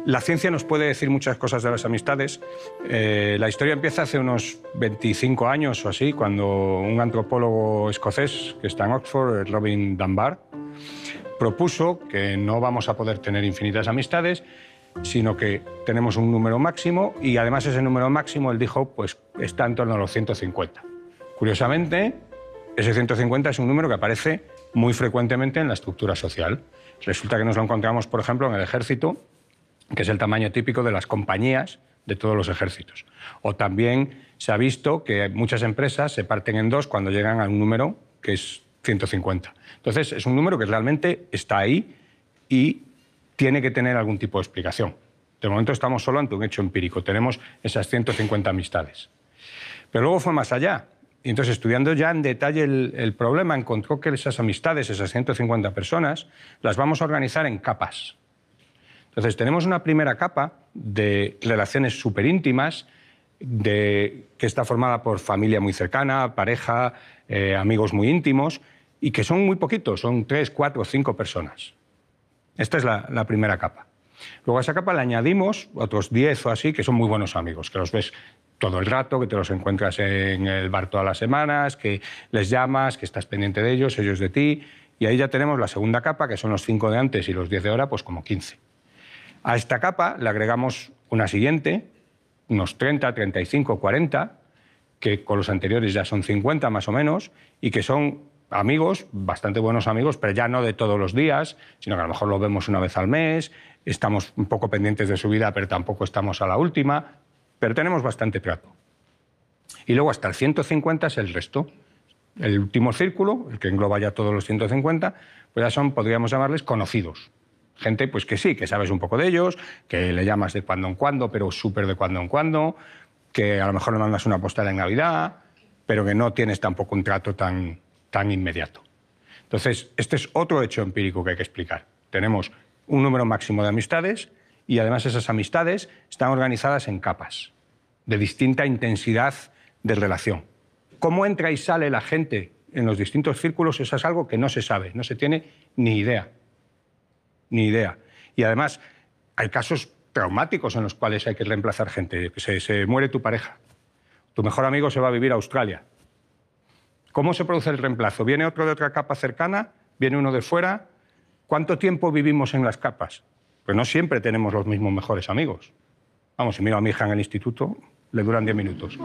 La ciencia nos puede decir muchas cosas de las amistades. La historia empieza hace unos 25 años o así, cuando un antropólogo escocés que está en Oxford, Robin Dunbar, propuso que no vamos a poder tener infinitas amistades, sino que tenemos un número máximo y además ese número máximo, él dijo, pues está en torno a los 150. Curiosamente, ese 150 es un número que aparece muy frecuentemente en la estructura social. Resulta que nos lo encontramos, por ejemplo, en el ejército, que es el tamaño típico de las compañías de todos los ejércitos. O también se ha visto que muchas empresas se parten en dos cuando llegan a un número que es 150. Entonces, es un número que realmente está ahí y tiene que tener algún tipo de explicación. De momento estamos solo ante un hecho empírico. Tenemos esas 150 amistades. Pero luego fue más allá. Y entonces, estudiando ya en detalle el problema, encontró que esas amistades, esas 150 personas, las vamos a organizar en capas. Entonces, tenemos una primera capa de relaciones súper íntimas, que está formada por familia muy cercana, pareja, amigos muy íntimos, y que son muy poquitos, son 3, 4, 5 personas. Esta es la primera capa. Luego a esa capa le añadimos otros 10 o así, que son muy buenos amigos, que los ves todo el rato, que te los encuentras en el bar todas las semanas, que les llamas, que estás pendiente de ellos, ellos de ti, y ahí ya tenemos la segunda capa, que son los 5 de antes y los 10 de ahora, pues como 15. A esta capa le agregamos una siguiente, unos 30, 35, 40, que con los anteriores ya son 50 más o menos, y que son amigos, bastante buenos amigos, pero ya no de todos los días, sino que a lo mejor los vemos una vez al mes, estamos un poco pendientes de su vida, pero tampoco estamos a la última, pero tenemos bastante trato. Y luego hasta el 150 es el resto. El último círculo, el que engloba ya todos los 150, pues ya son, podríamos llamarles, conocidos. Gente pues que sí, que sabes un poco de ellos, que le llamas de cuando en cuando, pero súper de cuando en cuando, que a lo mejor le mandas una postal en Navidad, pero que no tienes tampoco un trato tan inmediato. Entonces, este es otro hecho empírico que hay que explicar. Tenemos un número máximo de amistades y además esas amistades están organizadas en capas de distinta intensidad de relación. Cómo entra y sale la gente en los distintos círculos, eso es algo que no se sabe, no se tiene ni idea. Ni idea. Y además, hay casos traumáticos en los cuales hay que reemplazar gente. Se muere tu pareja, tu mejor amigo se va a vivir a Australia. ¿Cómo se produce el reemplazo? ¿Viene otro de otra capa cercana? ¿Viene uno de fuera? ¿Cuánto tiempo vivimos en las capas? Pues no siempre tenemos los mismos mejores amigos. Vamos, si miro a mi hija en el instituto, le duran 10 minutos.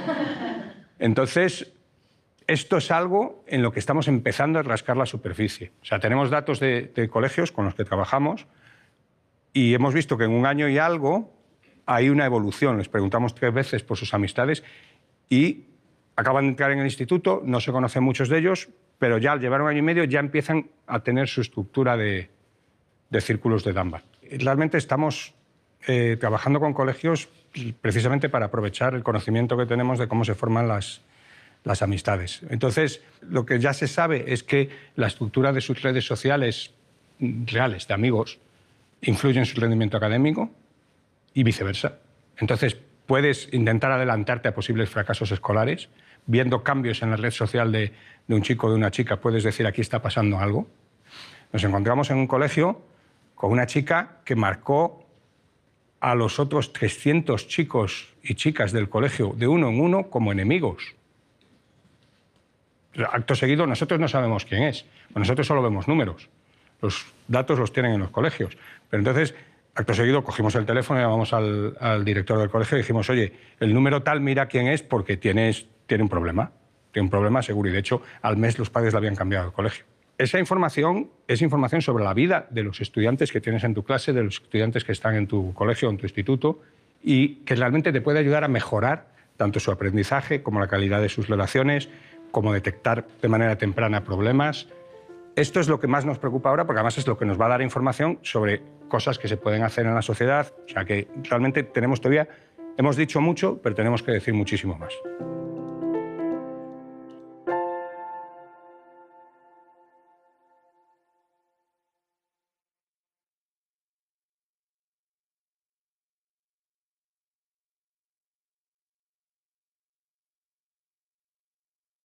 Entonces, esto es algo en lo que estamos empezando a rascar la superficie. O sea, tenemos datos de colegios con los que trabajamos y hemos visto que en un año y algo hay una evolución. Les preguntamos 3 veces por sus amistades y acaban de entrar en el instituto, no se conocen muchos de ellos, pero ya al llevar un año y medio ya empiezan a tener su estructura de círculos de Dunbar. Realmente estamos trabajando con colegios precisamente para aprovechar el conocimiento que tenemos de cómo se forman las amistades. Entonces, lo que ya se sabe es que la estructura de sus redes sociales reales, de amigos, influye en su rendimiento académico y viceversa. Entonces, puedes intentar adelantarte a posibles fracasos escolares, viendo cambios en la red social de un chico o de una chica, puedes decir, aquí está pasando algo. Nos encontramos en un colegio con una chica que marcó a los otros 300 chicos y chicas del colegio de uno en uno como enemigos. Acto seguido, nosotros no sabemos quién es. Nosotros solo vemos números. Los datos los tienen en los colegios. Pero entonces, acto seguido, cogimos el teléfono, llamamos al director del colegio y dijimos, oye, el número tal, mira quién es porque tiene un problema. Tiene un problema seguro. Y de hecho, al mes los padres le habían cambiado al colegio. Esa información es información sobre la vida de los estudiantes que tienes en tu clase, de los estudiantes que están en tu colegio o en tu instituto, y que realmente te puede ayudar a mejorar tanto su aprendizaje como la calidad de sus relaciones, como detectar de manera temprana problemas. Esto es lo que más nos preocupa ahora, porque además es lo que nos va a dar información sobre cosas que se pueden hacer en la sociedad. O sea que realmente tenemos todavía, hemos dicho mucho, pero tenemos que decir muchísimo más.